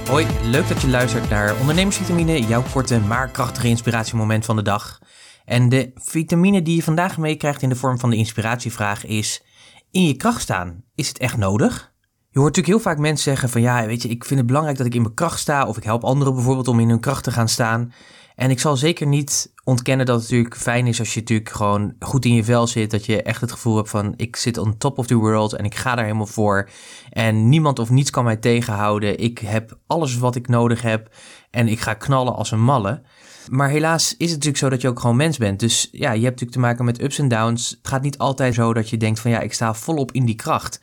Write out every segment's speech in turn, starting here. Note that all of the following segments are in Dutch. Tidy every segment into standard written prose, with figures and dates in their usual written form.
Hoi, leuk dat je luistert naar Ondernemersvitamine, jouw korte maar krachtige inspiratiemoment van de dag. En de vitamine die je vandaag meekrijgt in de vorm van de inspiratievraag is: in je kracht staan, is het echt nodig? Je hoort natuurlijk heel vaak mensen zeggen van ja, weet je, ik vind het belangrijk dat ik in mijn kracht sta, of ik help anderen bijvoorbeeld om in hun kracht te gaan staan. En ik zal zeker niet ontkennen dat het natuurlijk fijn is als je natuurlijk gewoon goed in je vel zit, dat je echt het gevoel hebt van ik zit on top of the world en ik ga daar helemaal voor en niemand of niets kan mij tegenhouden. Ik heb alles wat ik nodig heb en ik ga knallen als een malle. Maar helaas is het natuurlijk zo dat je ook gewoon mens bent. Dus ja, je hebt natuurlijk te maken met ups en downs. Het gaat niet altijd zo dat je denkt van ja, ik sta volop in die kracht.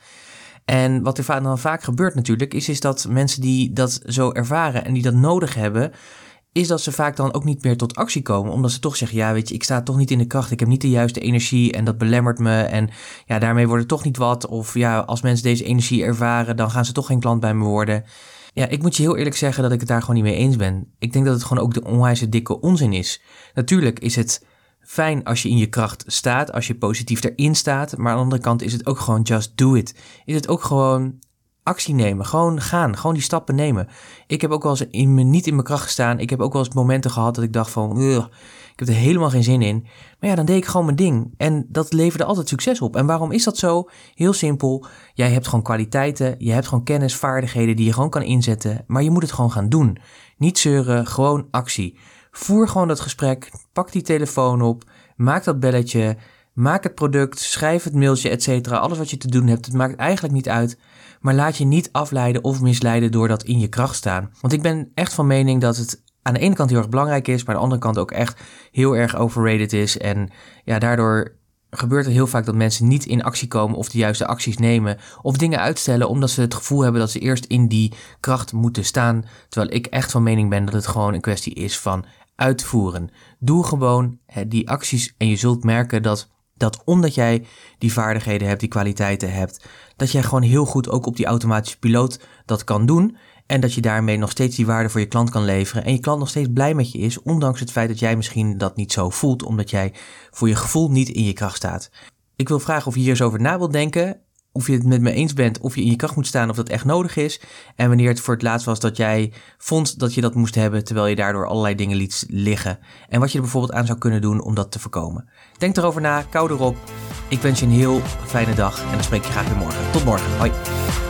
En wat er dan vaak gebeurt natuurlijk, is dat mensen die dat zo ervaren en die dat nodig hebben, is dat ze vaak dan ook niet meer tot actie komen. Omdat ze toch zeggen, ja weet je, ik sta toch niet in de kracht. Ik heb niet de juiste energie en dat belemmert me. En ja, daarmee wordt het toch niet wat. Of ja, als mensen deze energie ervaren, dan gaan ze toch geen klant bij me worden. Ja, ik moet je heel eerlijk zeggen dat ik het daar gewoon niet mee eens ben. Ik denk dat het gewoon ook de onwijze dikke onzin is. Natuurlijk is het fijn als je in je kracht staat, als je positief erin staat. Maar aan de andere kant is het ook gewoon just do it. Is het ook gewoon actie nemen, gewoon gaan, gewoon die stappen nemen. Ik heb ook wel eens niet in mijn kracht gestaan. Ik heb ook wel eens momenten gehad dat ik dacht van, ik heb er helemaal geen zin in. Maar ja, dan deed ik gewoon mijn ding. En dat leverde altijd succes op. En waarom is dat zo? Heel simpel. Jij hebt gewoon kwaliteiten, je hebt gewoon kennis, vaardigheden die je gewoon kan inzetten. Maar je moet het gewoon gaan doen. Niet zeuren, gewoon actie. Voer gewoon dat gesprek, pak die telefoon op, maak dat belletje, maak het product, schrijf het mailtje, etc. Alles wat je te doen hebt, het maakt eigenlijk niet uit. Maar laat je niet afleiden of misleiden door dat in je kracht staan. Want ik ben echt van mening dat het aan de ene kant heel erg belangrijk is, maar aan de andere kant ook echt heel erg overrated is. En ja, daardoor gebeurt het heel vaak dat mensen niet in actie komen of de juiste acties nemen of dingen uitstellen omdat ze het gevoel hebben dat ze eerst in die kracht moeten staan. Terwijl ik echt van mening ben dat het gewoon een kwestie is van uitvoeren. Doe gewoon die acties en je zult merken dat omdat jij die vaardigheden hebt, die kwaliteiten hebt, dat jij gewoon heel goed ook op die automatische piloot dat kan doen. En dat je daarmee nog steeds die waarde voor je klant kan leveren. En je klant nog steeds blij met je is, ondanks het feit dat jij misschien dat niet zo voelt, omdat jij voor je gevoel niet in je kracht staat. Ik wil vragen of je hier eens over na wilt denken. Of je het met me eens bent, of je in je kracht moet staan, of dat echt nodig is. En wanneer het voor het laatst was dat jij vond dat je dat moest hebben, terwijl je daardoor allerlei dingen liet liggen. En wat je er bijvoorbeeld aan zou kunnen doen om dat te voorkomen. Denk erover na, kou erop. Ik wens je een heel fijne dag en dan spreek je graag weer morgen. Tot morgen. Hoi.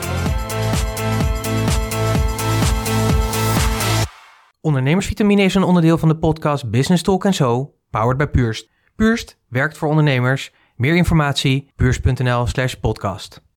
Ondernemersvitamine is een onderdeel van de podcast Business Talk & Zo, powered by Purst. Purst werkt voor ondernemers. Meer informatie, purst.nl/podcast.